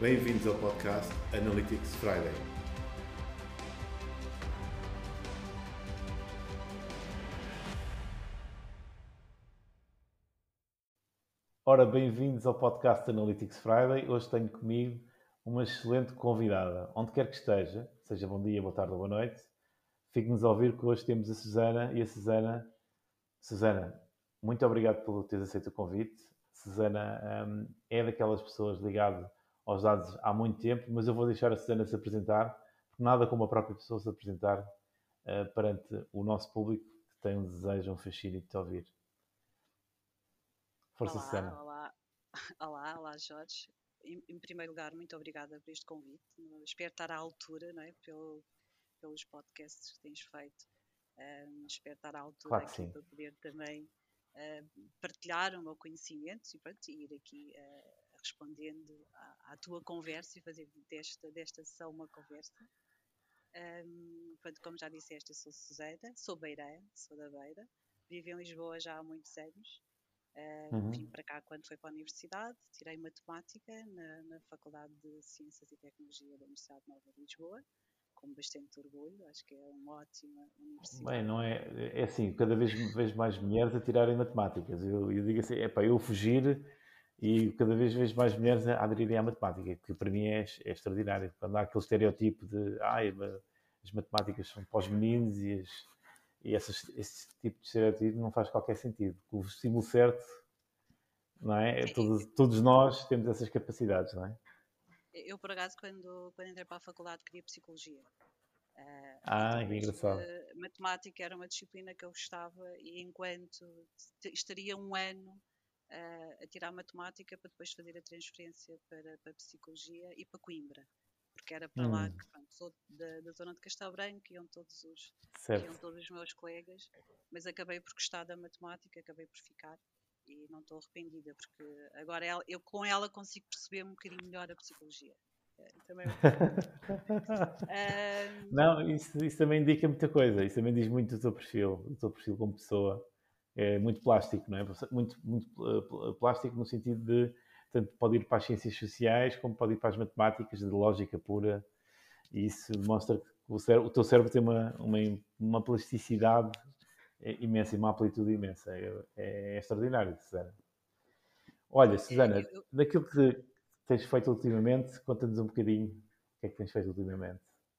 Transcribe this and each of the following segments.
Bem-vindos ao podcast Analytics Friday. Ora, bem-vindos ao podcast Analytics Friday. Hoje tenho comigo uma excelente convidada. Onde quer que esteja, seja bom dia, boa tarde ou boa noite, fique-nos a ouvir que hoje temos a Susana. E a Susana, muito obrigado por teres aceito o convite. Susana é daquelas pessoas ligadas aos dados há muito tempo, mas eu vou deixar a Susana se apresentar, porque nada como a própria pessoa se apresentar perante o nosso público que tem um desejo, um fascínio de te ouvir. Força, Susana. Olá, Jorge. Em primeiro lugar, muito obrigada por este convite. Espero estar à altura, não é? Pelos podcasts que tens feito. Espero estar à altura Claro que aqui sim. para poder também partilhar o meu conhecimento e pronto, ir aqui respondendo à tua conversa e fazer desta sessão uma conversa. Pronto, como já disseste, eu sou Susana, sou beirã, sou da Beira, vivo em Lisboa já há muitos anos. Vim para cá quando foi para a universidade, tirei matemática na Faculdade de Ciências e Tecnologia da Universidade Nova de Lisboa, com bastante orgulho, acho que é uma ótima universidade. Bem, não é? É assim, cada vez vejo mais mulheres a tirarem matemáticas. Eu digo assim, eu fugir e cada vez vejo mais mulheres a aderirem à matemática, que para mim é extraordinário. Quando há aquele estereotipo de as matemáticas são para os meninos e esse tipo de estereotipo não faz qualquer sentido. O estímulo certo, não é? Todos nós temos essas capacidades, não é? Eu por acaso, quando entrei para a faculdade, queria Psicologia. Que engraçado. Matemática era uma disciplina que eu gostava e enquanto estaria um ano a tirar matemática para depois fazer a transferência para Psicologia e para Coimbra, porque era para lá que, pronto, sou da zona de Castelo Branco, iam todos os meus colegas, mas acabei por gostar da matemática, acabei por ficar e não estou arrependida, porque agora eu com ela consigo perceber um bocadinho melhor a Psicologia. Também Não, isso também indica muita coisa. Isso também diz muito do teu perfil como pessoa. É muito plástico, não é? Muito plástico no sentido de, tanto pode ir para as ciências sociais como pode ir para as matemáticas de lógica pura. E isso demonstra que o teu cérebro tem uma plasticidade imensa e uma amplitude imensa. É extraordinário, Susana. Olha, Susana, daquilo que tens feito ultimamente, conta-nos um bocadinho o que é que tens feito ultimamente.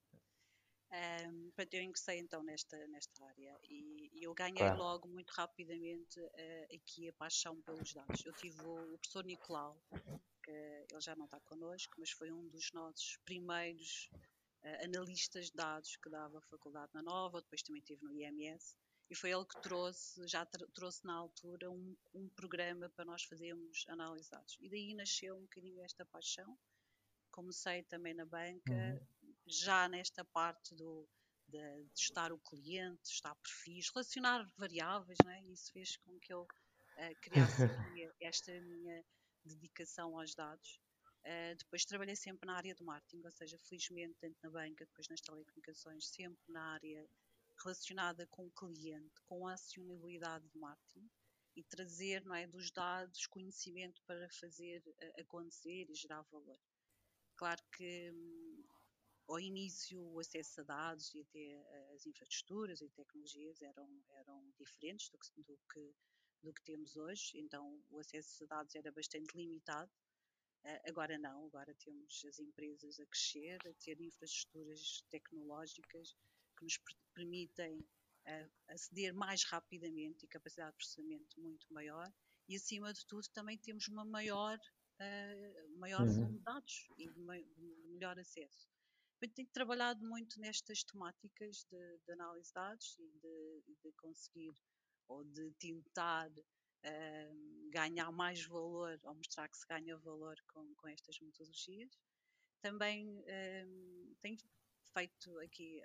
Eu ingressei então nesta área e eu ganhei Claro. logo muito rapidamente aqui a paixão pelos dados. Eu tive o professor Nicolau, que ele já não está connosco, mas foi um dos nossos primeiros analistas de dados que dava a faculdade na Nova, depois também estive no IMS, e foi ele que trouxe na altura um programa para nós fazermos análise de dados. E daí nasceu um bocadinho esta paixão. Comecei também na banca, já nesta parte de testar o cliente, testar perfis, relacionar variáveis, não é? Isso fez com que eu criasse aqui esta minha dedicação aos dados. Depois trabalhei sempre na área do marketing, ou seja, felizmente, tanto na banca, depois nas telecomunicações, sempre na área relacionada com o cliente, com a acionabilidade de marketing e trazer, não é, dos dados conhecimento para fazer acontecer e gerar valor. Claro que ao início o acesso a dados e até as infraestruturas e tecnologias eram diferentes do que temos hoje, então o acesso a dados era bastante limitado. Agora não, agora temos as empresas a crescer, a ter infraestruturas tecnológicas que nos permitem aceder mais rapidamente e capacidade de processamento muito maior e acima de tudo também temos uma maior volume de dados e melhor acesso. Eu tenho trabalhado muito nestas temáticas de análise de dados e de conseguir ou de tentar ganhar mais valor ou mostrar que se ganha valor com estas metodologias. Também tenho feito aqui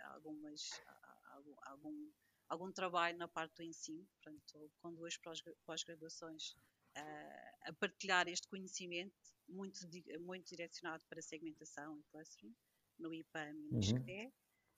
algum trabalho na parte do ensino, portanto, estou com 2 pós-graduações a partilhar este conhecimento muito direcionado para segmentação e clustering, no IPAM e no ISCTE.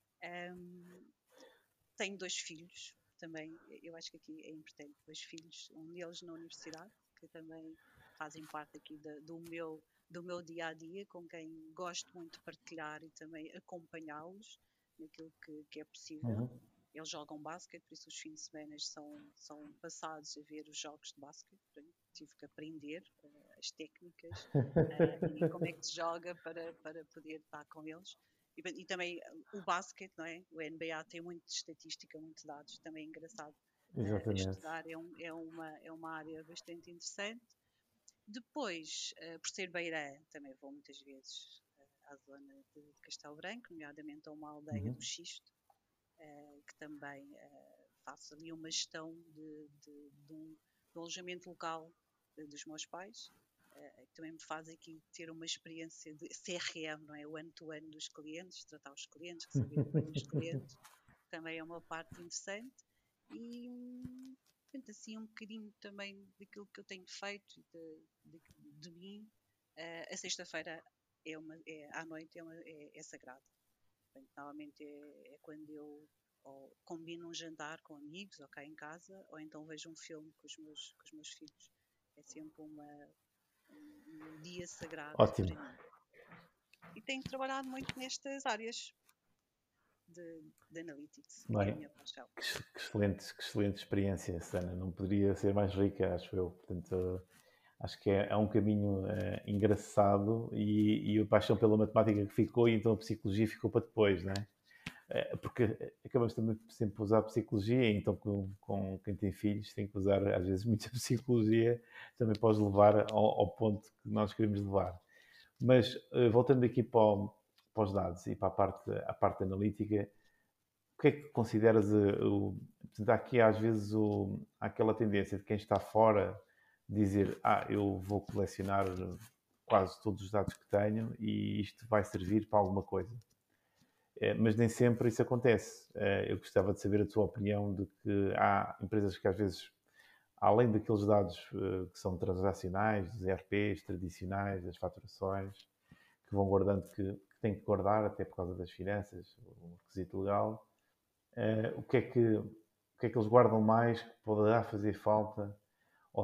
Tenho 2 filhos também, eu acho que aqui é importante, 2 filhos, um deles na universidade, que também fazem parte aqui do meu do meu dia a dia, com quem gosto muito de partilhar e também acompanhá-los naquilo que é possível. Uhum. Eles jogam basquete, por isso os fins de semana são passados a ver os jogos de basquete. Portanto, tive que aprender as técnicas e como é que se joga para poder estar com eles. E também o basquete, não é? O NBA tem muito de estatística, muitos dados, também é engraçado a Exatamente. estudar, é uma área bastante interessante. Depois, por ser beirã, também vou muitas vezes à zona de Castelo Branco, nomeadamente a uma aldeia Uhum. do Xisto, que também faço ali uma gestão de um alojamento local dos meus pais, que também me faz aqui ter uma experiência de CRM, não é? O ano-to-ano dos clientes, tratar os clientes, receber bem os clientes, também é uma parte interessante. E, portanto, assim, um bocadinho também daquilo que eu tenho feito de mim. A sexta-feira à noite é sagrada. Portanto, normalmente é quando eu ou combino um jantar com amigos, ou cá em casa, ou então vejo um filme com os meus filhos. É sempre um dia sagrado Ótimo. para mim. E tenho trabalhado muito nestas áreas de analytics, que é a Bem, minha paixão. que excelente experiência, Susana. Não poderia ser mais rica, acho eu. Portanto, acho que é um caminho engraçado e a paixão pela matemática que ficou e então a psicologia ficou para depois, não é? Porque acabamos também sempre por usar a psicologia, e então com quem tem filhos tem que usar às vezes muita psicologia, também pode levar ao ponto que nós queremos levar. Mas voltando aqui para os dados e para a parte analítica, o que é que consideras portanto, há aqui às vezes há aquela tendência de quem está fora dizer eu vou colecionar quase todos os dados que tenho e isto vai servir para alguma coisa. Mas nem sempre isso acontece. Eu gostava de saber a tua opinião de que há empresas que às vezes, além daqueles dados que são transacionais, dos ERPs tradicionais, das faturações, que vão guardando, que têm que guardar até por causa das finanças, o requisito legal, o que é que eles guardam mais que poderá fazer falta? Ou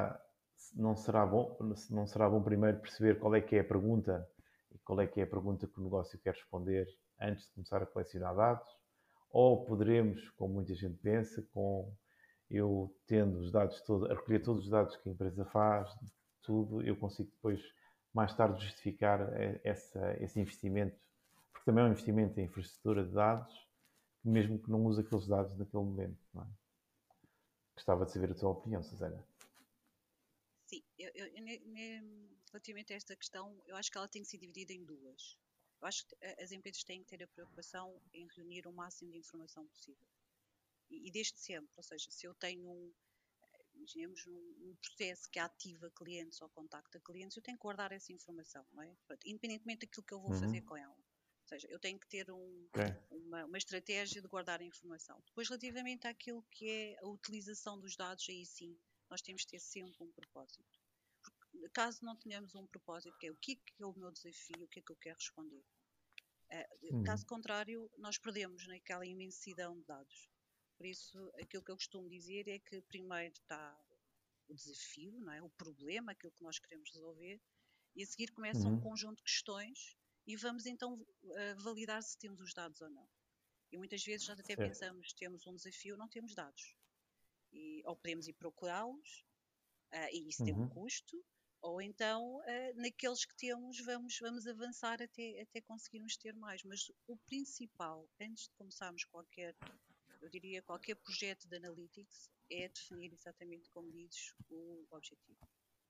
não será bom primeiro perceber qual é que é a pergunta e qual é que é a pergunta que o negócio quer responder antes de começar a colecionar dados? Ou poderemos, como muita gente pensa, eu tendo os dados todos, a recolher todos os dados que a empresa faz, tudo, eu consigo depois, mais tarde, justificar esse investimento, porque também é um investimento em infraestrutura de dados, mesmo que não use aqueles dados naquele momento, não é? Gostava de saber a tua opinião, Susana. Sim, relativamente a esta questão, eu acho que ela tem que ser dividida em duas. Eu acho que as empresas têm que ter a preocupação em reunir o máximo de informação possível. E desde sempre, ou seja, se eu tenho imaginemos um processo que ativa clientes ou contacta clientes, eu tenho que guardar essa informação, não é? Portanto, independentemente daquilo que eu vou fazer com ela. Ou seja, eu tenho que ter uma estratégia de guardar a informação. Depois, relativamente àquilo que é a utilização dos dados, aí sim, nós temos que ter sempre um propósito. Porque, caso não tenhamos um propósito, que é o que é o meu desafio, o que é que eu quero responder. Caso contrário, nós perdemos naquela imensidão de dados. Por isso, aquilo que eu costumo dizer é que primeiro está o desafio, não é? O problema, aquilo que nós queremos resolver, e a seguir começa um conjunto de questões e vamos então validar se temos os dados ou não. E muitas vezes nós até pensamos que temos um desafio, não temos dados. Ou podemos ir procurá-los, e isso tem um custo, ou então naqueles que temos vamos avançar até conseguirmos ter mais. Mas o principal, antes de começarmos eu diria qualquer projeto de analytics, é definir exatamente, como dizes, o objetivo.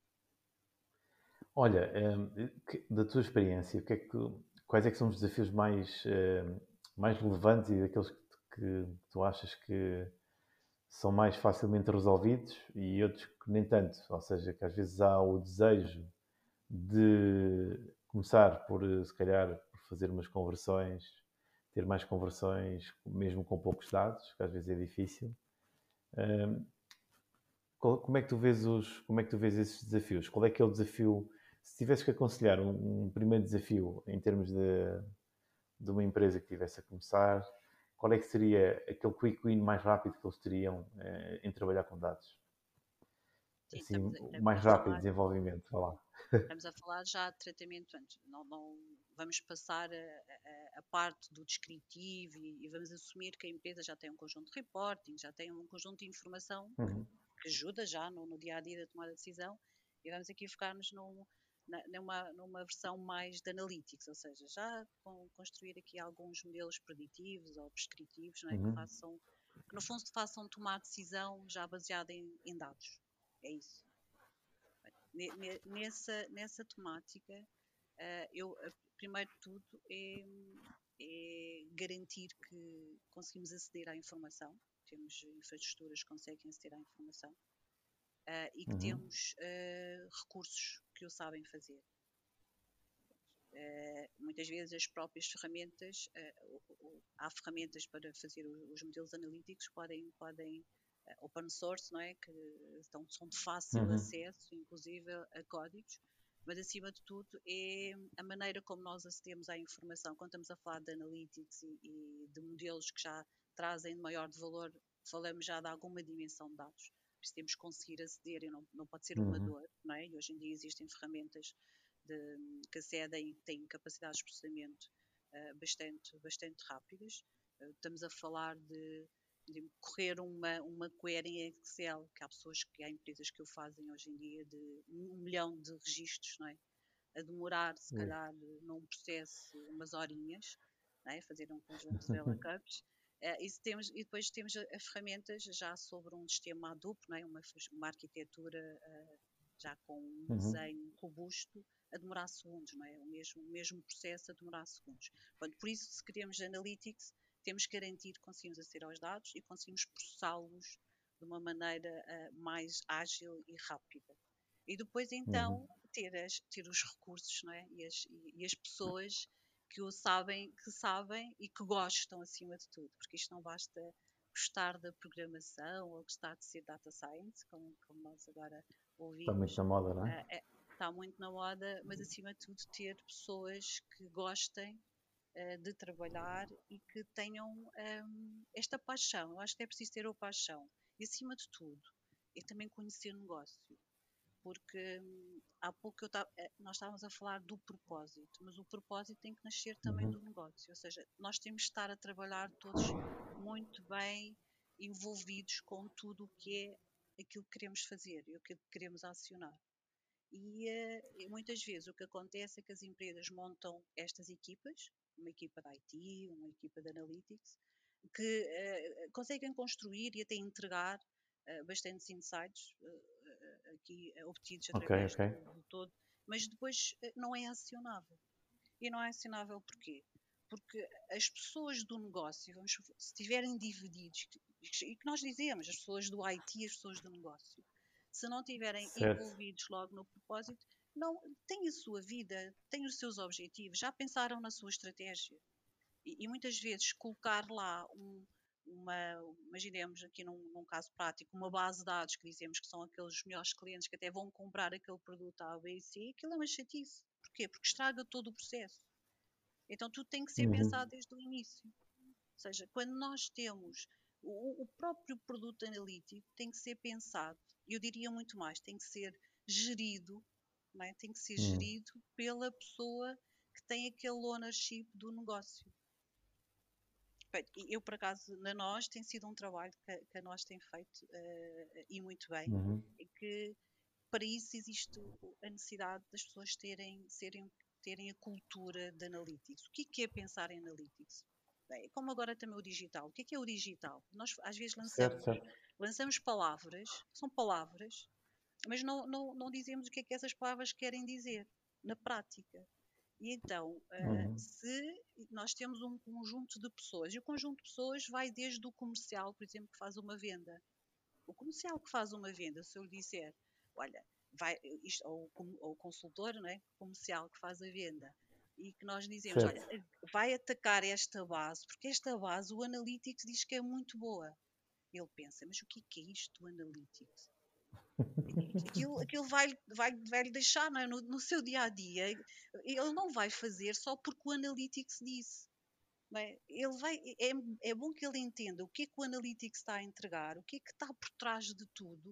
Olha, da tua experiência, quais é que são os desafios mais relevantes e daqueles que tu achas que são mais facilmente resolvidos e outros que nem tanto? Ou seja, que às vezes há o desejo de começar se calhar, por fazer umas conversões, ter mais conversões, mesmo com poucos dados, que às vezes é difícil. Como é que tu vês esses desafios? Qual é que é o desafio? Se tivesses que aconselhar um primeiro desafio em termos de uma empresa que estivesse a começar, qual é que seria aquele quick win mais rápido que eles teriam em trabalhar com dados? Sim, assim, o estamos mais a rápido falar, desenvolvimento, vá lá. estamos a falar já de tratamento antes. Não vamos passar a parte do descritivo e vamos assumir que a empresa já tem um conjunto de reporting, já tem um conjunto de informação Uhum. que ajuda já no dia a dia da tomada de decisão, e vamos aqui focar-nos numa versão mais de analytics, ou seja, já construir aqui alguns modelos preditivos ou prescritivos, não é? Uhum. Que no fundo façam tomar decisão já baseada em dados. É isso. Nessa temática, primeiro de tudo é garantir que conseguimos aceder à informação, temos infraestruturas que conseguem aceder à informação, e que Uhum. temos recursos que o sabem fazer. Muitas vezes as próprias ferramentas, há ferramentas para fazer os modelos analíticos, podem open source, não é? Que são de fácil acesso, inclusive a códigos, mas acima de tudo é a maneira como nós acedemos à informação. Quando estamos a falar de analytics e de modelos que já trazem maior de valor, falamos já de alguma dimensão de dados. Por isso temos que conseguir aceder, e não pode ser uma dor, não é? E hoje em dia existem ferramentas que acedem, têm capacidades de processamento bastante rápidas. Estamos a falar de correr uma query em Excel, que há empresas que o fazem hoje em dia, de 1 milhão de registros, não é? A demorar, se calhar, num processo, umas horinhas, não é? Fazer um conjunto de VLOOKUPs. E depois temos as ferramentas já sobre um sistema Hadoop, não é? Uma arquitetura já com um desenho robusto, a demorar segundos, não é? O mesmo processo a demorar segundos. Portanto, por isso, se queremos analytics, temos que garantir que conseguimos aceder aos dados e conseguimos processá-los de uma maneira mais ágil e rápida. E depois, então, ter os recursos, não é? E as pessoas que sabem e que gostam, acima de tudo, porque isto não basta gostar da programação ou gostar de ser data science, como nós agora Está muito ouvimos. na moda, não é? Está muito na moda, mas acima de tudo ter pessoas que gostem de trabalhar e que tenham esta paixão. Eu acho que é preciso ter a paixão. E acima de tudo, é também conhecer o negócio. Porque há pouco nós estávamos a falar do propósito, mas o propósito tem que nascer também do negócio. Ou seja, nós temos de estar a trabalhar todos muito bem envolvidos com tudo o que é aquilo que queremos fazer e aquilo que queremos acionar. E muitas vezes o que acontece é que as empresas montam estas equipas, uma equipa de IT, uma equipa de Analytics, que conseguem construir e até entregar bastantes insights aqui obtidos através do todo, mas depois não é acionável. E não é acionável porquê? Porque as pessoas do negócio, se estiverem divididos, e que nós dizemos, as pessoas do IT e as pessoas do negócio, se não estiverem envolvidos logo no propósito, não têm a sua vida, têm os seus objetivos, já pensaram na sua estratégia. E muitas vezes colocar lá imaginemos aqui num caso prático, uma base de dados que dizemos que são aqueles melhores clientes que até vão comprar aquele produto A, B e C, aquilo é uma chatice. Porquê? Porque estraga todo o processo. Então tudo tem que ser pensado desde o início. Ou seja, quando nós temos o próprio produto analítico tem que ser pensado, eu diria muito mais, tem que ser gerido, não é? Tem que ser gerido pela pessoa que tem aquele ownership do negócio. Eu, por acaso, na nós, tem sido um trabalho que a nós tem feito e muito bem, e que para isso existe a necessidade das pessoas terem a cultura de analytics. O que é pensar em analytics? Bem, como agora também o digital. O que é o digital? Nós às vezes lançamos palavras, são palavras, mas não dizemos o que é que essas palavras querem dizer na prática. E então, se nós temos um conjunto de pessoas, e o conjunto de pessoas vai desde o comercial, por exemplo, que faz uma venda. O comercial que faz uma venda, se eu lhe disser, olha, ou o consultor, não é? Comercial que faz a venda, e que nós dizemos, olha, vai atacar esta base, porque esta base, o Analytics diz que é muito boa. Ele pensa, mas o que é isto, o Analytics? Aquilo vai deixar, não é? No seu dia a dia, ele não vai fazer só porque o Analytics disse. Não é? É bom que ele entenda o que é que o Analytics está a entregar, o que é que está por trás de tudo,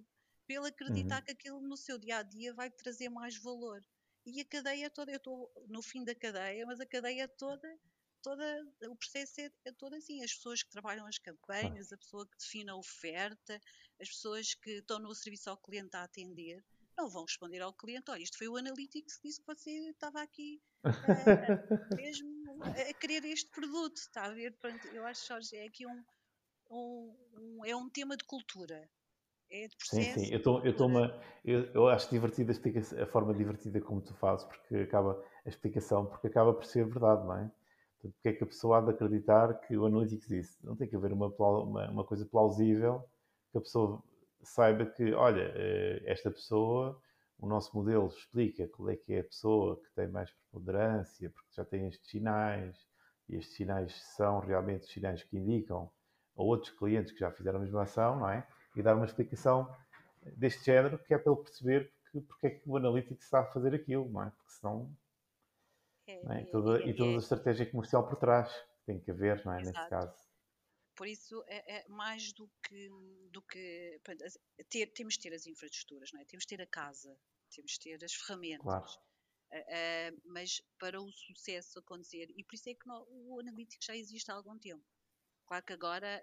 pelo acreditar que aquilo no seu dia a dia vai trazer mais valor. E a cadeia toda, eu estou no fim da cadeia, mas a cadeia toda o processo é todo assim. As pessoas que trabalham as Claro. campanhas, a pessoa que define a oferta, as pessoas que estão no serviço ao cliente a atender, não vão responder ao cliente: olha, isto foi o Analytics que disse que você estava aqui mesmo a querer este produto, está a ver? Pronto, eu acho, Jorge, é aqui é um tema de cultura. É de Sim, sim. processo, Eu de estou, eu estou cultura. eu acho divertida a forma divertida como tu fazes, porque acaba a explicação, porque acaba por ser verdade, não é? Portanto, porque é que a pessoa há de acreditar que o Analytics disse? Não tem que haver uma coisa plausível que a pessoa saiba que, olha, esta pessoa, o nosso modelo explica qual é que é a pessoa que tem mais preponderância, porque já tem estes sinais, e estes sinais são realmente os sinais que indicam a outros clientes que já fizeram a mesma ação, não é? E dar uma explicação deste género, que é para ele perceber porque é que o Analytics está a fazer aquilo, não é? Porque senão, É, não é? é, E é, toda a é, estratégia comercial por trás que tem que haver, não é? Nesse exato. caso. Por isso, é mais do que pronto, temos de ter as infraestruturas, não é? Temos de ter a casa, temos de ter as Claro. ferramentas. Mas para o sucesso acontecer, e por isso é que o Analytics já existe há algum tempo. Claro que agora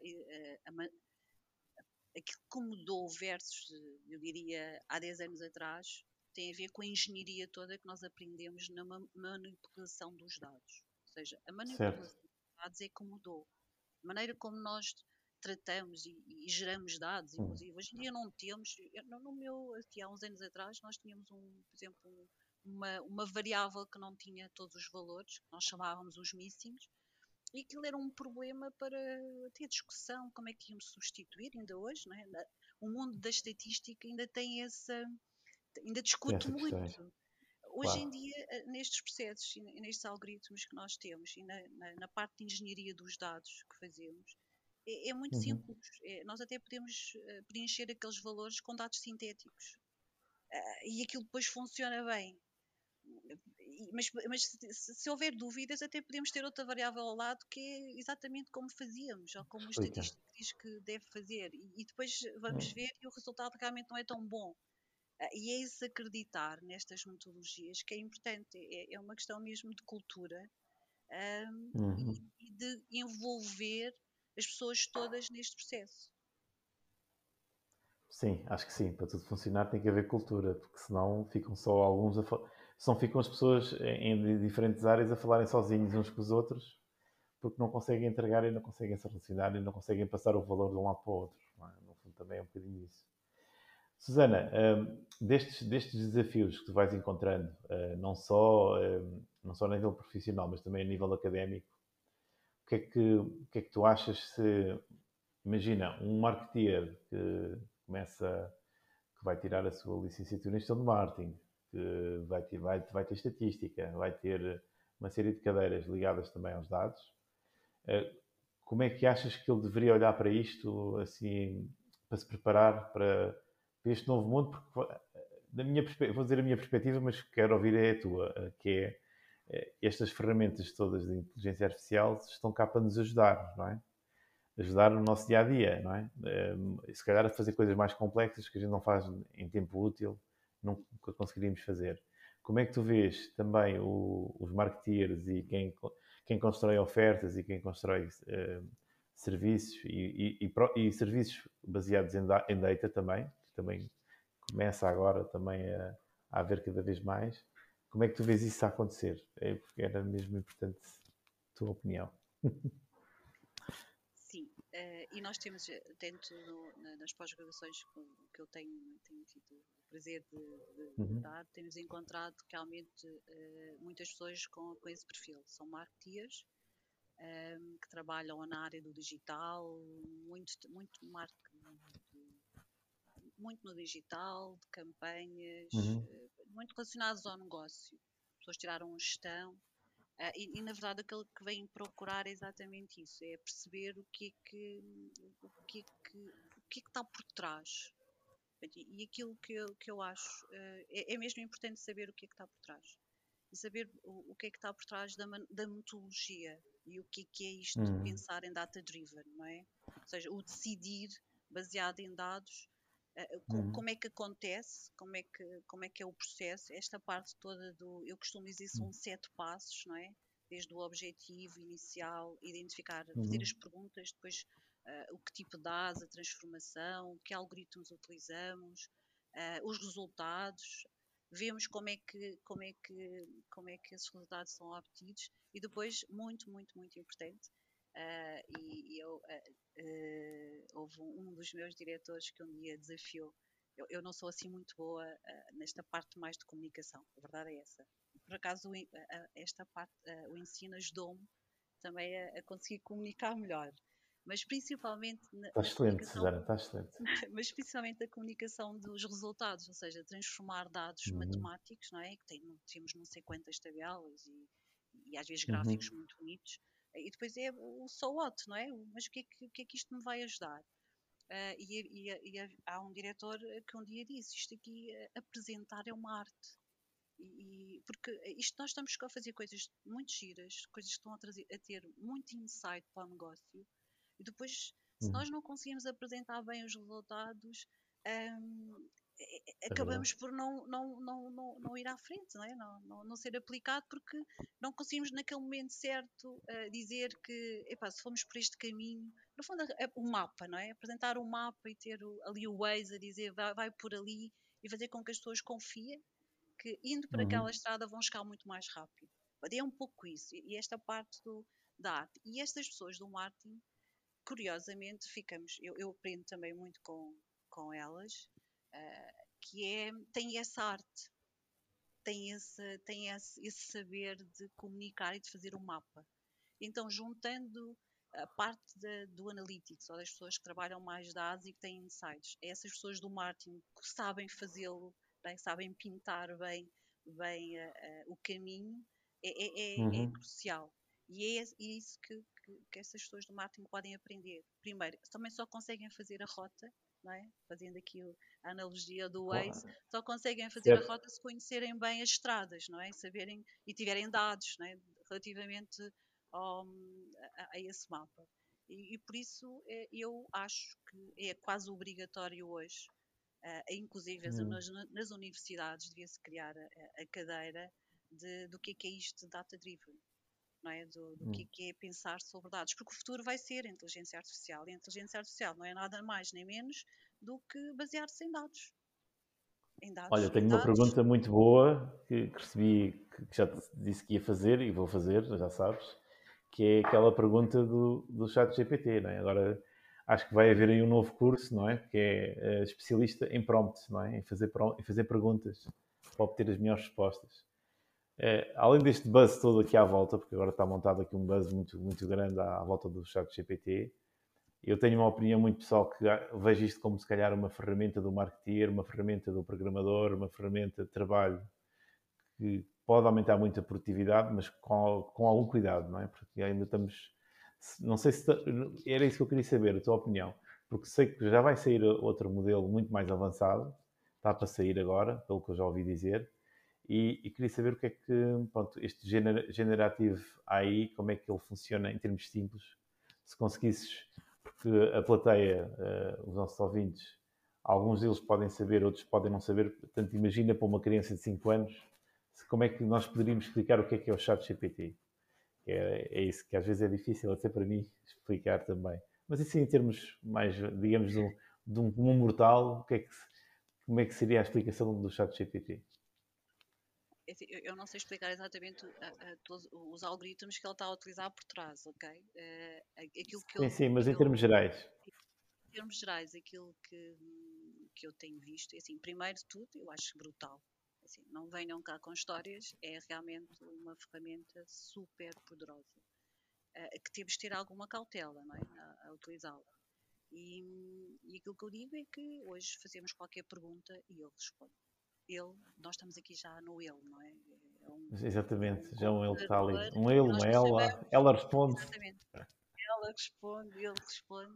aquilo que mudou versus, eu diria, há 10 anos atrás, tem a ver com a engenharia toda que nós aprendemos na manipulação dos dados. Ou seja, a Certo. manipulação dos dados é que mudou. A maneira como nós tratamos e geramos dados, Hum. inclusive, hoje em dia não temos, no meu, aqui há uns anos atrás, nós tínhamos, por exemplo, uma variável que não tinha todos os valores, que nós chamávamos os missings, e aquilo era um problema para ter discussão, como é que íamos substituir, ainda hoje, não é? O mundo da estatística ainda tem ainda Tem discute essa questão. muito. Hoje em Claro. dia, nestes processos e nestes algoritmos que nós temos e na parte de engenharia dos dados que fazemos, é muito Uhum. simples. Nós até podemos preencher aqueles valores com dados sintéticos. E aquilo depois funciona bem. Mas se houver dúvidas, até podemos ter outra variável ao lado que é exatamente como fazíamos, ou como o Explica. estatístico diz que deve fazer. E depois vamos Hum. ver e o resultado realmente não é tão bom. E é esse acreditar nestas metodologias que é importante. É uma questão mesmo de cultura, Uhum. e de envolver as pessoas todas neste processo. Sim, acho que sim. Para tudo funcionar tem que haver cultura, porque senão ficam só alguns senão ficam as pessoas em diferentes áreas a falarem sozinhos uns com os outros, porque não conseguem entregar e não conseguem se relacionar e não conseguem passar o valor de um lado para o outro. Não é? No fundo, também é um bocadinho isso. Susana, destes desafios que tu vais encontrando, não só a nível profissional, mas também a nível académico, o que é que tu achas se, imagina, um marketeer que começa, que vai tirar a sua licenciatura em gestão de marketing, que vai ter estatística, vai ter uma série de cadeiras ligadas também aos dados, eh, como é que achas que ele deveria olhar para isto, assim, para se preparar para este novo mundo? Porque, vou dizer a minha perspectiva, mas quero ouvir a tua, que estas ferramentas todas de inteligência artificial estão cá para nos ajudar, não é? Ajudar no nosso dia a dia, não é? Se calhar a fazer coisas mais complexas que a gente não faz em tempo útil, nunca conseguiríamos fazer. Como é que tu vês também os marketeers e quem constrói ofertas e quem constrói serviços e serviços baseados em data também, que também começa agora também a haver cada vez mais. Como é que tu vês isso a acontecer? Porque era mesmo importante a tua opinião. Sim, e nós temos, dentro nas pós-graduações que eu tenho tido o prazer de Uhum. dar, temos encontrado realmente muitas pessoas com esse perfil. São marketeers, que trabalham na área do digital, muito marketing, muito no digital, de campanhas, Uhum. muito relacionados ao negócio. As pessoas tiraram gestão. E na verdade aquilo que vêm procurar é exatamente isso, é perceber o que está por trás. E aquilo que eu acho é mesmo importante saber o que é que está por trás. E saber o que é que está por trás da metodologia e o que é isto de Uhum. pensar em data-driven, não é? Ou seja, o decidir baseado em dados, Uhum. Como é que acontece, como é que é o processo, esta parte toda eu costumo dizer, são 7 passos, não é? Desde o objetivo inicial, identificar, fazer Uhum. as perguntas, depois o que tipo de dados, a transformação, que algoritmos utilizamos, os resultados, vemos como é que esses resultados são obtidos e depois, muito, muito, muito importante, houve um dos meus diretores que um dia desafiou. Eu não sou assim muito boa nesta parte mais de comunicação, a verdade é essa. Por acaso, esta parte, o ensino ajudou-me também a conseguir comunicar melhor. Mas principalmente Está na excelente, comunicação, Susana, está excelente. mas principalmente a comunicação dos resultados, ou seja, transformar dados Uhum. matemáticos, não é? Temos não sei quantas tabelas e às vezes Uhum. gráficos muito bonitos, e depois é o so what, não é? Mas o que é que isto me vai ajudar? Há um diretor que um dia disse, isto aqui, apresentar é uma arte. Porque isto nós estamos a fazer coisas muito giras, coisas que estão a ter muito insight para o negócio, e depois, se Uhum. nós não conseguimos apresentar bem os resultados, hum, É verdade. acabamos por não ir à frente, não é? Não ser aplicado, porque não conseguimos naquele momento certo dizer que, epá, se formos por este caminho, no fundo é o mapa, não é? Apresentar o mapa e ter ali o Waze a dizer vai por ali e fazer com que as pessoas confiem que indo por Uhum. aquela estrada vão chegar muito mais rápido. É um pouco isso, e esta parte da arte. E estas pessoas do marketing, curiosamente, eu aprendo também muito com elas, tem essa arte, esse saber de comunicar e de fazer o mapa. Então, juntando a parte do analytics, ou das pessoas que trabalham mais dados e que têm insights, essas pessoas do marketing que sabem fazê-lo, bem, sabem pintar bem o caminho, é Uhum. crucial. E é isso que essas pessoas do marketing podem aprender. Primeiro, também só conseguem fazer a rota, não é? Fazendo aqui a analogia do Waze, Claro. só conseguem fazer a Certo. rota se conhecerem bem as estradas, não é? Saberem e tiverem dados, não é? Relativamente a esse mapa. E por isso eu acho que é quase obrigatório hoje, inclusive Uhum. nas universidades, devia-se criar a cadeira do que é isto de data-driven. Não é? Do Uhum. que é pensar sobre dados, porque o futuro vai ser a inteligência artificial, e a inteligência artificial não é nada mais nem menos do que basear-se em dados. Olha, Em tenho uma dados. pergunta muito boa que recebi, que já te disse que ia fazer e vou fazer, já sabes, que é aquela pergunta do chat GPT, não é? Agora, acho que vai haver aí um novo curso, não é? Que é especialista em prompts, não é? Em fazer perguntas para obter as melhores respostas. Além deste buzz todo aqui à volta, porque agora está montado aqui um buzz muito, muito grande à volta do chat GPT, eu tenho uma opinião muito pessoal que vejo isto como se calhar uma ferramenta do marketeer, uma ferramenta do programador, uma ferramenta de trabalho que pode aumentar muito a produtividade, mas com algum cuidado, não é? Porque ainda estamos... Não sei se... Era isso que eu queria saber, a tua opinião. Porque sei que já vai sair outro modelo muito mais avançado. Está para sair agora, pelo que eu já ouvi dizer. E queria saber o que é que... Pronto, este Generative AI, como é que ele funciona em termos simples. Se conseguisses... Porque a plateia, os nossos ouvintes, alguns deles podem saber, outros podem não saber. Portanto, imagina para uma criança de 5 anos como é que nós poderíamos explicar o que é o chat GPT. É isso que às vezes é difícil até para mim explicar também. Mas assim, em termos mais, digamos, de um comum mortal, como é que seria a explicação do chat GPT? Eu não sei explicar exatamente a todos os algoritmos que ele está a utilizar por trás, ok? Aquilo Sim, sim, mas em termos gerais. em termos gerais, aquilo que eu tenho visto, é assim, primeiro de tudo, eu acho brutal. Assim, não venham cá com histórias, é realmente uma ferramenta super poderosa, que temos de ter alguma cautela, não é? A utilizá-la. E aquilo que eu digo é que hoje fazemos qualquer pergunta e ele responde. Nós estamos aqui já no ele, não é? É um Exatamente, já é um ele que está ali. computador Um ele, e nós uma não sabemos ela responde. exatamente. Ela responde, ele responde.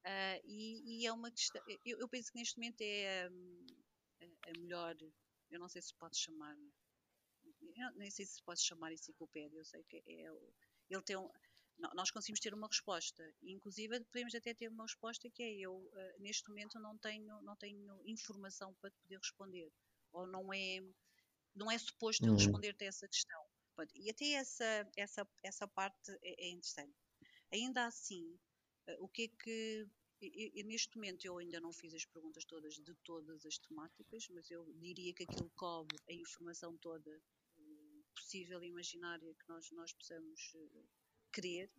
E é uma questão. Eu penso que neste momento é a melhor. Eu não sei se pode chamar. Nem sei se pode chamar enciclopédia. Eu sei que ele tem nós conseguimos ter uma resposta. Inclusive, podemos até ter uma resposta que é: eu, neste momento, não tenho informação para te poder responder. Ou não é suposto eu responder-te a essa questão. Pronto, e até essa parte é interessante. Ainda assim, o que é que. Neste momento eu ainda não fiz as perguntas todas de todas as temáticas, mas eu diria que aquilo cobre a informação toda possível e imaginária que nós possamos querer.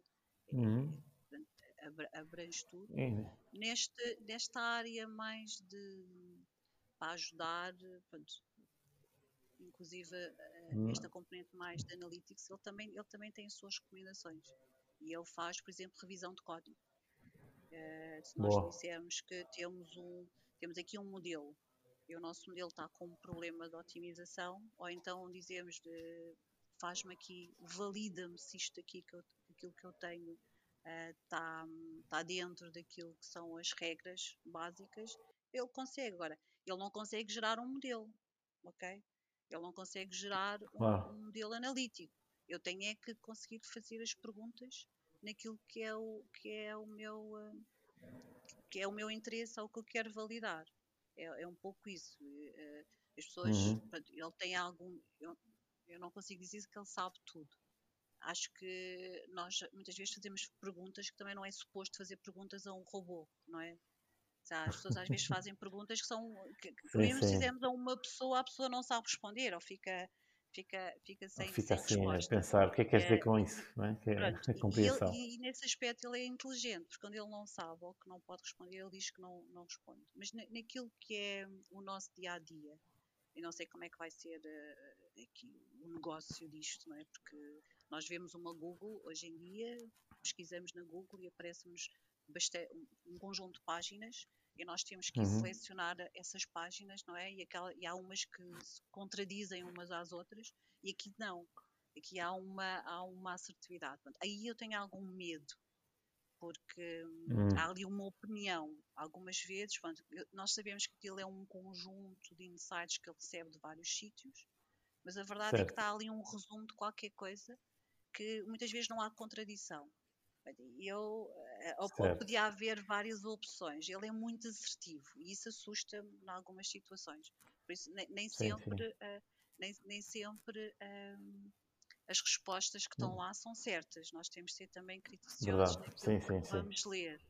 Abrange tudo. Nesta área mais para ajudar, pronto, inclusive esta componente mais de analytics, ele também tem as suas recomendações. E ele faz, por exemplo, revisão de código. Se nós dissermos que temos aqui um modelo e o nosso modelo está com um problema de otimização, ou então dizemos faz-me aqui, valida-me se isto aqui aquilo que eu tenho está dentro daquilo que são as regras básicas, ele consegue. Agora, ele não consegue gerar um modelo, ok? Ele não consegue gerar um modelo analítico. Eu tenho é que conseguir fazer as perguntas naquilo que é o meu interesse, ou que eu quero validar. É um pouco isso. As pessoas, ele tem algum... Eu não consigo dizer que ele sabe tudo. Acho que nós muitas vezes fazemos perguntas que também não é suposto fazer perguntas a um robô, não é? As pessoas às vezes fazem perguntas que mesmo se fizermos a uma pessoa, a pessoa não sabe responder, ou fica sem assim resposta. A pensar o que é que queres dizer com isso, não é? Que é a compreensão. E nesse aspecto ele é inteligente, porque quando ele não sabe ou que não pode responder, ele diz que não responde. Mas naquilo que é o nosso dia-a-dia, eu não sei como é que vai ser aqui o negócio disto, não é? Porque nós vemos uma Google hoje em dia, pesquisamos na Google e aparece-nos um conjunto de páginas e nós temos que selecionar essas páginas, não é? E há umas que se contradizem umas às outras e aqui não. Aqui há uma assertividade. Portanto, aí eu tenho algum medo, porque há ali uma opinião. Algumas vezes, nós sabemos que aquilo é um conjunto de insights que ele recebe de vários sítios, mas a verdade é que está ali um resumo de qualquer coisa que muitas vezes não há contradição. Podia haver várias opções. Ele é muito assertivo e isso assusta-me em algumas situações. Por isso, nem sempre as respostas que estão lá são certas. Nós temos de ser também criteriosos naquilo que vamos ler.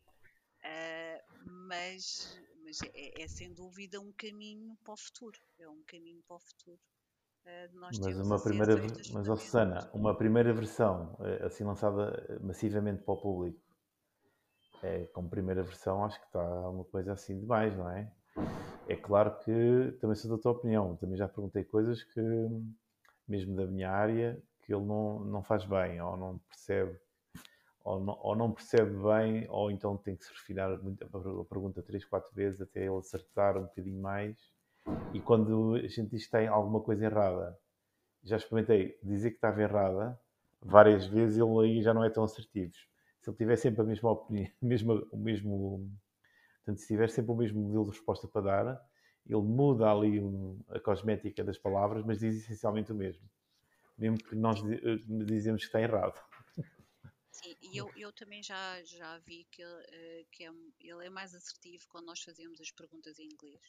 Mas é sem dúvida um caminho para o futuro. É um caminho para o futuro. Nós Mas Susana, uma primeira versão assim lançada massivamente para o público, como primeira versão, acho que está uma coisa assim demais, não é? É claro que também sou da tua opinião, também já perguntei coisas que, mesmo da minha área, que ele não faz bem, ou não percebe, ou não percebe bem, ou então tem que se refinar muito a pergunta 3, 4 vezes até ele acertar um bocadinho mais. E quando a gente diz que tem alguma coisa errada, já experimentei dizer que estava errada várias vezes, ele aí já não é tão assertivo. Se ele tiver sempre a mesma opinião, portanto, se tiver sempre o mesmo modelo de resposta para dar, ele muda ali a cosmética das palavras, mas diz essencialmente o mesmo. Mesmo que nós dizemos que está errado. Sim, e eu também já vi que ele é mais assertivo quando nós fazemos as perguntas em inglês.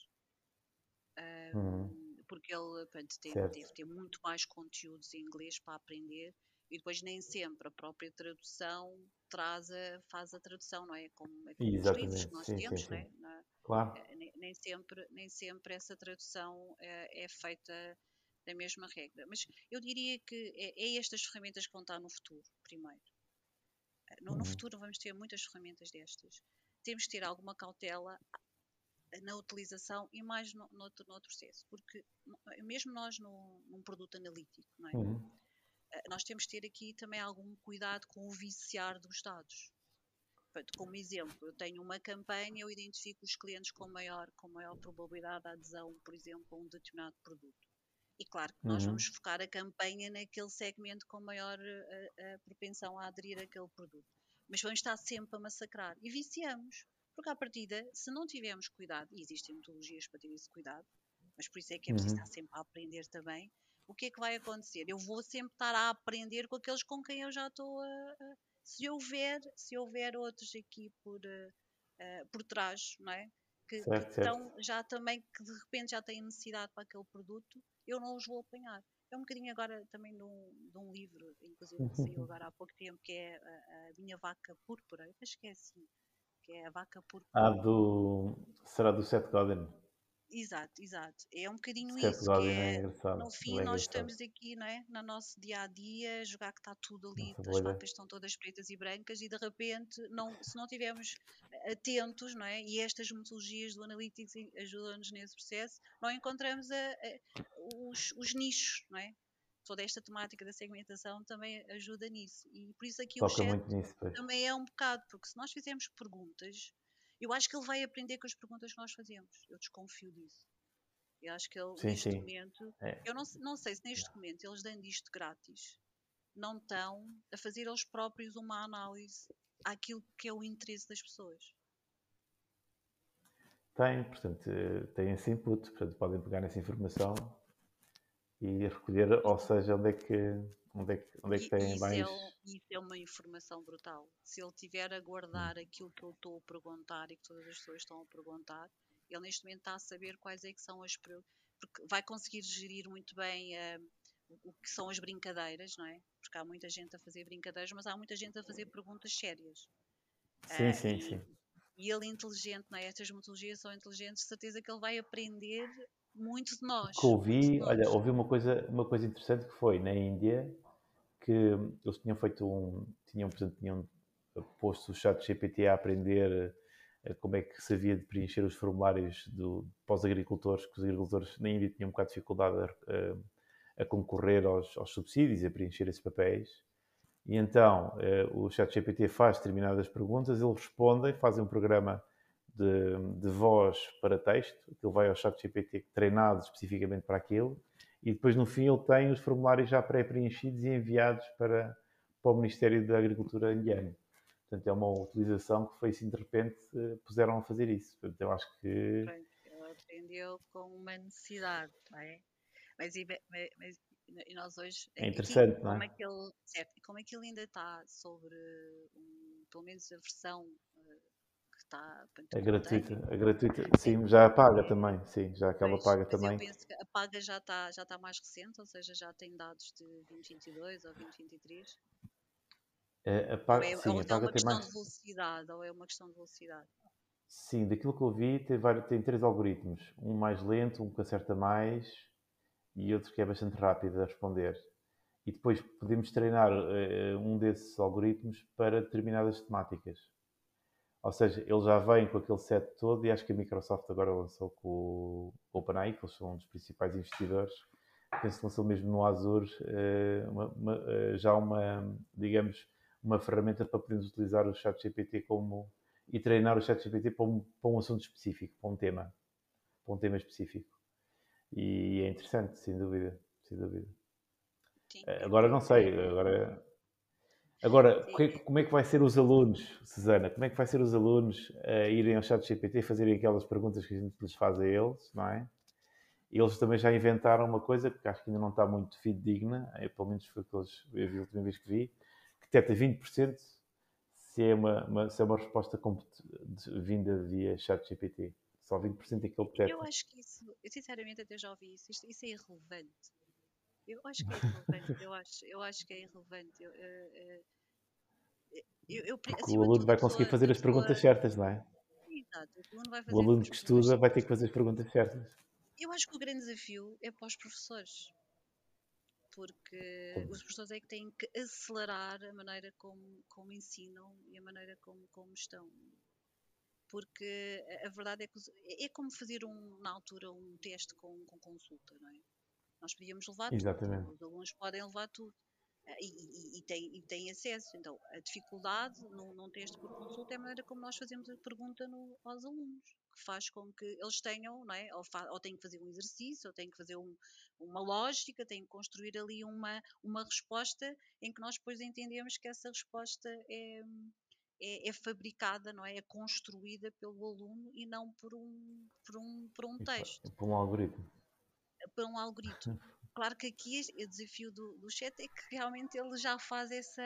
Porque ele deve ter muito mais conteúdos em inglês para aprender e depois nem sempre a própria tradução faz a tradução, não é? Como os livros que nós temos, não é? Claro. Nem sempre essa tradução é feita da mesma regra. Mas eu diria que é estas ferramentas que vão estar no futuro, primeiro. No futuro vamos ter muitas ferramentas destas. Temos que ter alguma cautela na utilização e mais noutro processo, porque mesmo nós num produto analítico, não é? Nós temos que ter aqui também algum cuidado com o viciar dos dados. Como exemplo, eu tenho uma campanha, eu identifico os clientes com maior probabilidade de adesão, por exemplo, a um determinado produto. E claro que nós vamos focar a campanha naquele segmento com maior propensão a aderir àquele produto. Mas vamos estar sempre a massacrar e viciamos. Porque à partida, se não tivermos cuidado, e existem metodologias para ter esse cuidado, mas por isso é que é preciso estar sempre a aprender também, o que é que vai acontecer? Eu vou sempre estar a aprender com aqueles com quem eu já estou Se houver outros aqui por trás, não é? Que Certo, certo. estão já também, que de repente já têm necessidade para aquele produto, eu não os vou apanhar. É um bocadinho agora também de um livro, inclusive que saiu agora há pouco tempo, que é a Minha Vaca Púrpura, eu acho que é assim, que é a vaca púrpura. Será do Seth Godin. Exato, exato. É um bocadinho Seth isso, que Godin é é, no engraçado. fim, Ele é nós engraçado. estamos aqui, não é? No nosso dia a dia, jogar que está tudo ali, Nossa as bolha. vacas estão todas pretas e brancas, e de repente, se não tivermos atentos, não é? E estas metodologias do Analytics ajudam-nos nesse processo, não encontramos os nichos, não é? Toda esta temática da segmentação também ajuda nisso. E por isso aqui o Toca chat muito nisso, pois. também é um bocado, porque se nós fizermos perguntas, eu acho que ele vai aprender com as perguntas que nós fazemos. Eu desconfio disso. Eu acho que ele, Sim, neste sim. momento, É. eu não sei se neste momento eles dando isto grátis, não estão a fazer eles próprios uma análise àquilo que é o interesse das pessoas. Tem, portanto, tem esse input, portanto, podem pegar nessa informação e recolher, ou seja, onde é que têm mais. Isso é uma informação brutal. Se ele tiver a guardar aquilo que eu estou a perguntar e que todas as pessoas estão a perguntar, ele neste momento está a saber quais é que são porque vai conseguir gerir muito bem o que são as brincadeiras, não é? Porque há muita gente a fazer brincadeiras, mas há muita gente a fazer perguntas sérias. Sim, Ah, sim, e, sim. e ele inteligente, não é? Estas metodologias são inteligentes, de certeza que ele vai aprender muito de nós. O que Muito de ouvi, olha, nós. ouvi uma coisa interessante que foi na Índia, que eles tinham feito portanto, tinham posto o chat GPT a aprender como é que se havia de preencher os formulários para os agricultores, que os agricultores na Índia tinham um bocado de dificuldade a concorrer aos subsídios e a preencher esses papéis. E então o ChatGPT faz determinadas perguntas, eles respondem, fazem um programa de voz para texto, que ele vai ao ChatGPT treinado especificamente para aquilo, e depois no fim ele tem os formulários já pré-preenchidos e enviados para o Ministério da Agricultura indiano. Portanto, é uma utilização que foi assim de repente puseram a fazer isso. Portanto, eu acho que Pronto, ele aprendeu com uma necessidade, não é? Mas, e nós hoje, é aqui, interessante, não como é? é que ele, certo, como é que ele ainda está sobre, pelo menos a versão que está, portanto, que eu tenho, A gratuita, é, sim, já paga é, também, sim, já aquela pois, paga mas eu também. penso que a paga já está mais recente, ou seja, já tem dados de 2022 ou 2023, Sim, ou a é paga uma tem questão mais. de velocidade, ou é uma questão de velocidade. Sim, daquilo que eu vi, tem três algoritmos. Um mais lento, um que acerta mais e outro que é bastante rápido a responder. E depois podemos treinar um desses algoritmos para determinadas temáticas. Ou seja, ele já vem com aquele set todo e acho que a Microsoft agora lançou com o OpenAI, que eles são um dos principais investidores. Penso que lançou mesmo no Azure já digamos, uma ferramenta para podermos utilizar o ChatGPT e treinar o ChatGPT para um assunto específico, para um tema específico. E é interessante, sem dúvida, sem dúvida. Sim, Agora não sei, agora sim, como é que vai ser os alunos, Susana? Como é que vai ser os alunos a irem ao ChatGPT e fazerem aquelas perguntas que a gente lhes faz a eles, não é? E eles também já inventaram uma coisa que acho que ainda não está muito fidedigna, pelo menos foi o que eu vi a última vez que vi, que detecta 20% se é uma resposta vinda via ChatGPT. Só 20% é que ele eu detecta. acho que isso, eu sinceramente até já ouvi isso, isso é irrelevante. Eu acho que é irrelevante, eu acho que é irrelevante. Porque o Acima de aluno tudo, vai conseguir fazer as perguntas certas, não é? exato, o aluno vai O fazer aluno as que perguntas estuda vai ter certas. que fazer as perguntas certas. Eu acho que o grande desafio é para os professores, porque os professores é que têm que acelerar a maneira como ensinam e a maneira como estão. Porque a verdade é que é como fazer na altura um teste com consulta, não é? Nós podíamos levar tudo, Exatamente. os alunos podem levar tudo. E têm acesso. Então, a dificuldade num teste por consulta é a maneira como nós fazemos a pergunta aos alunos, que faz com que eles tenham, não é? Ou têm que fazer um exercício, ou têm que fazer uma lógica, têm que construir ali uma resposta em que nós depois entendemos que essa resposta é fabricada, não é? É construída pelo aluno e não por um texto, Para um algoritmo. por um algoritmo. Claro que aqui o desafio do chat é que realmente ele já faz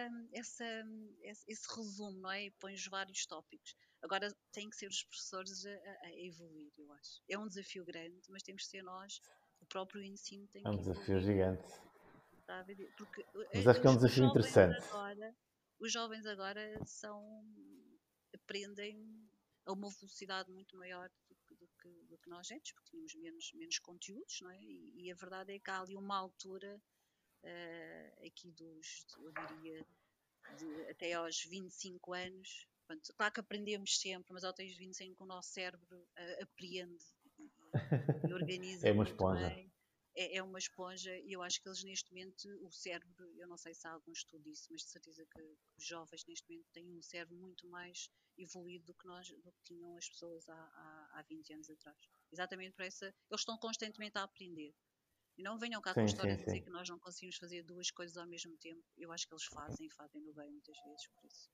esse resumo, não é? E põe os vários tópicos. Agora tem que ser os professores a evoluir, eu acho. É um desafio grande, mas temos que ser nós, o próprio ensino tem É um que desafio evoluir, gigante. está a ver? Porque Mas acho que é um os desafio jovens interessante. agora, os jovens agora aprendem a uma velocidade muito maior do que nós antes, porque tínhamos menos conteúdos, não é? E a verdade é que há ali uma altura aqui eu diria, até aos 25 anos. Portanto, claro que aprendemos sempre, mas até aos 25 o nosso cérebro apreende e É organiza uma muito esponja. bem. É uma esponja e eu acho que eles neste momento, o cérebro, eu não sei se há algum estudo disso, mas de certeza que os jovens neste momento têm um cérebro muito mais evoluído do que tinham as pessoas há 20 anos atrás. Exatamente por essa, eles estão constantemente a aprender. E não venham cá com a Sim, história sim, de dizer sim. que nós não conseguimos fazer duas coisas ao mesmo tempo. Eu acho que eles fazem no bem muitas vezes, por isso.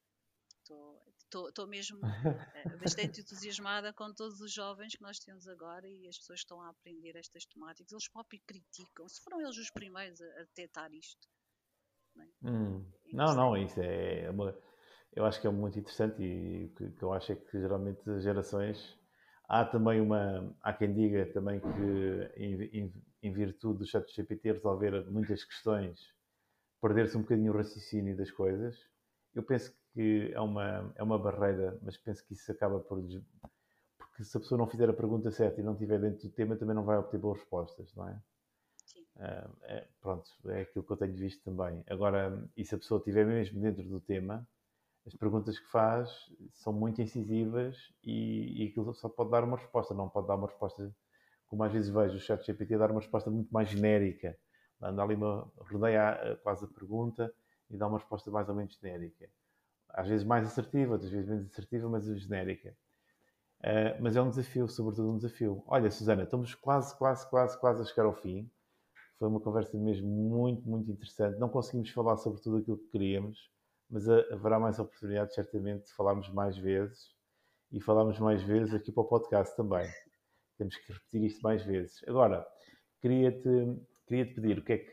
Estou mesmo bastante entusiasmada com todos os jovens que nós temos agora e as pessoas que estão a aprender estas temáticas. Eles próprios criticam, se foram eles os primeiros a detectar isto. Não, é? É Não, não, interessante. isso eu acho que é muito interessante e o que eu acho é que geralmente as gerações. Há também há quem diga também que em virtude do ChatGPT resolver muitas questões, perder-se um bocadinho o raciocínio das coisas. Eu penso que é uma barreira, mas penso que isso acaba porque se a pessoa não fizer a pergunta certa e não estiver dentro do tema, também não vai obter boas respostas, não é? Sim. Pronto, é aquilo que eu tenho visto também. Agora, e se a pessoa estiver mesmo dentro do tema, as perguntas que faz são muito incisivas e aquilo só pode dar uma resposta, não pode dar uma resposta, como às vezes vejo o ChatGPT dar uma resposta muito mais genérica. Anda ali rodeia quase a pergunta e dá uma resposta mais ou menos genérica. Às vezes mais assertiva, outras vezes menos assertiva, mas genérica. Mas é um desafio, sobretudo um desafio. Olha, Susana, estamos quase a chegar ao fim. Foi uma conversa mesmo muito, muito interessante. Não conseguimos falar sobre tudo aquilo que queríamos, mas haverá mais oportunidades, certamente, de falarmos mais vezes e falarmos mais vezes Obrigada. aqui para o podcast também. Temos que repetir isto mais vezes. Agora, queria-te queria-te pedir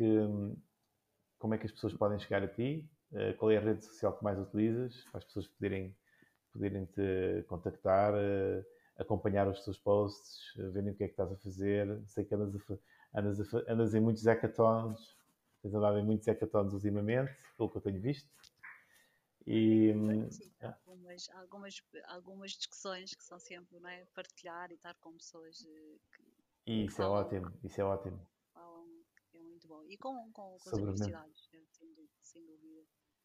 como é que as pessoas podem chegar a ti, qual é a rede social que mais utilizas, para as pessoas poderem te contactar, acompanhar os teus posts, verem o que é que estás a fazer. Sei que andas em muitos hackathons, tens andado em muitos hackathons ultimamente, pelo que eu tenho visto. E, Sim, algumas discussões que são sempre, não é, partilhar e estar com pessoas que isso é falam, ótimo, isso é ótimo. falam, é muito bom. E com as Sobre os meus, universidades, sem dúvida.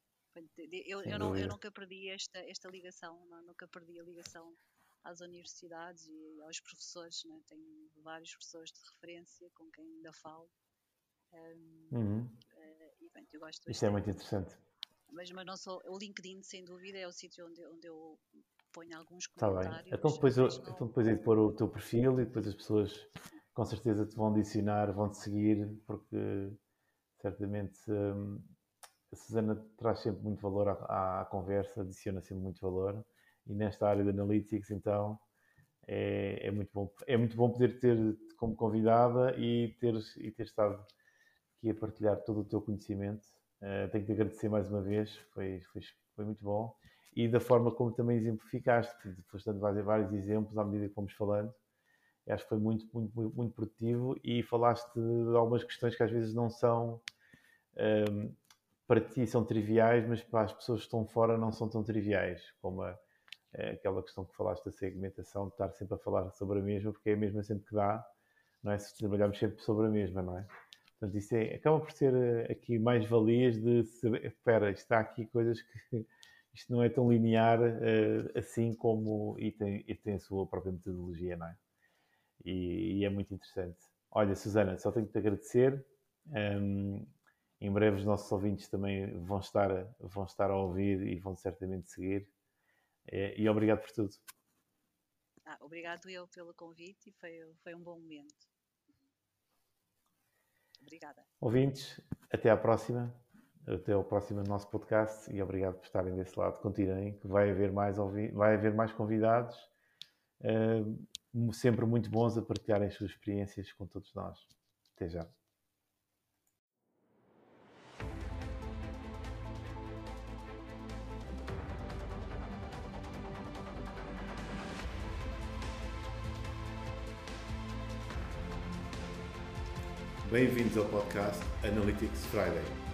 Eu sem dúvida. nunca perdi esta ligação, nunca perdi a ligação às universidades e aos professores, né? Tenho vários professores de referência com quem ainda falo. Uhum. E bem, eu gosto Isso é muito bastante. interessante. Mas não sou. O LinkedIn, sem dúvida, é o sítio onde eu ponho alguns Está bem. comentários, mas não. Então depois é de pôr o teu perfil e depois as pessoas com certeza te vão adicionar, vão-te seguir, porque certamente a Susana traz sempre muito valor à conversa, adiciona sempre muito valor. E nesta área de Analytics, então, é muito bom poder ter-te como convidada e ter estado aqui a partilhar todo o teu conhecimento. Tenho que te agradecer mais uma vez, foi muito bom. E da forma como também exemplificaste, que foste dando vários exemplos à medida que fomos falando. Acho que foi muito, muito, muito, muito produtivo e falaste de algumas questões que às vezes não são, para ti são triviais, mas para as pessoas que estão fora não são tão triviais, como aquela questão que falaste da segmentação, de estar sempre a falar sobre a mesma, porque é a mesma sempre que dá, não é? Se trabalharmos sempre sobre a mesma, não é? Portanto, isso acaba por ser aqui mais valias de saber, espera, está aqui coisas que isto não é tão linear assim como e tem a sua própria metodologia, não é? E é muito interessante. Olha, Susana, só tenho que te agradecer. Em breve os nossos ouvintes também vão estar a ouvir e vão certamente seguir. E obrigado por tudo. Obrigado eu pelo convite e foi um bom momento. Obrigada. Ouvintes, até à próxima. Até ao próximo nosso podcast e obrigado por estarem desse lado. Continuem, que vai haver mais convidados, sempre muito bons a partilharem as suas experiências com todos nós. Até já. Bem-vindos ao podcast Analytics Friday.